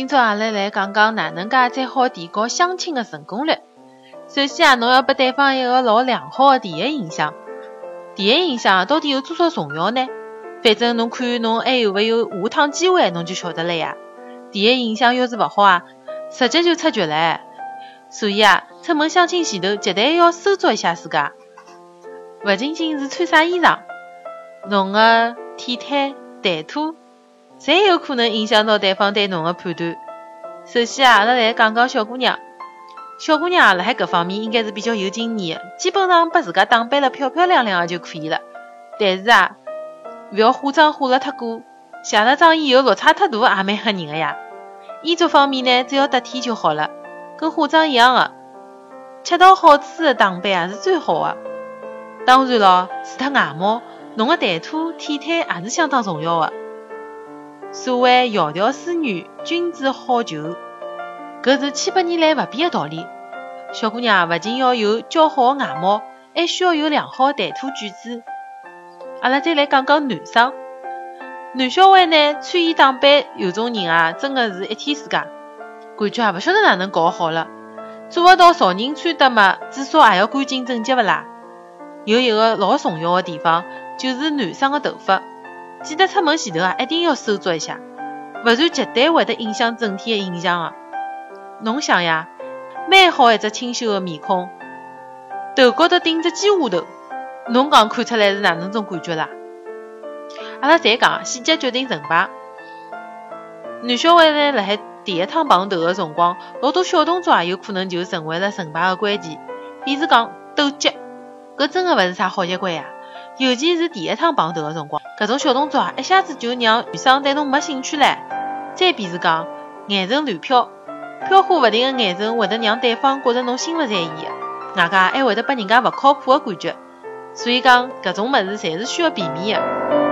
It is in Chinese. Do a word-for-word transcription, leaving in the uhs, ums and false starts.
今朝阿拉来讲讲哪能介才好提高相亲的成功率。首先啊，侬要拨对方一个老良好的第一印象。第一印象到底有多少重要呢？反正侬看侬还有没有下趟机会，侬就晓得了呀。第一印象要是勿好啊，直接就出局了。所以啊，出门相亲前头绝对要收捉一下自家。勿仅仅是穿啥衣裳，侬的体态、谈吐，侪有可能影响到对方对侬的判断。首先啊，阿拉来讲讲小姑娘。小姑娘辣海搿方面应该是比较有经验的，基本上把自家打扮了漂漂亮亮的就可以了。但是啊，勿要化妆化了太过，谢了妆以后落差太大也蛮吓人的呀。衣着方面呢，只要得体就好了，跟化妆一样的，恰到好处的打扮也是最好的。当然咯，除脱外貌，侬的谈吐、体态也是相当重要的。所谓窈窕淑女，君子好逑，搿是千百年来勿变的道理。小姑娘勿仅要有姣好的外貌，还需要有良好的谈吐举止。阿拉再来讲讲男生。男小孩呢，穿衣打扮有种人啊，真的是一天世界，感觉也勿晓得哪能搞好了。做勿到造人穿得嘛，至少也要干净整洁勿啦。有一个老重要的地方，就是男生的头发，记得出门前头啊，一定要收捉一下，勿然绝对会得影响整体的印象啊。侬想呀，蛮好一只清秀的面孔，头高头顶只鸡窝头，侬讲看出来是哪能种感觉啦？阿拉再讲，细节决定成败。男小孩呢，辣海第一趟碰头的辰光，老多小动作也有可能就成为了成败的关键。比如讲斗脚，搿真的勿是啥好习惯呀。尤其是第一趟碰头的辰光，搿种小动作啊，一下子就让女生对侬没兴趣唻。再比如讲眼神乱瞟，飘忽勿定的眼神会得让对方觉得侬心勿在焉的，外加还会得拨人家勿靠谱的感觉。所以讲搿种物事侪是需要避免的。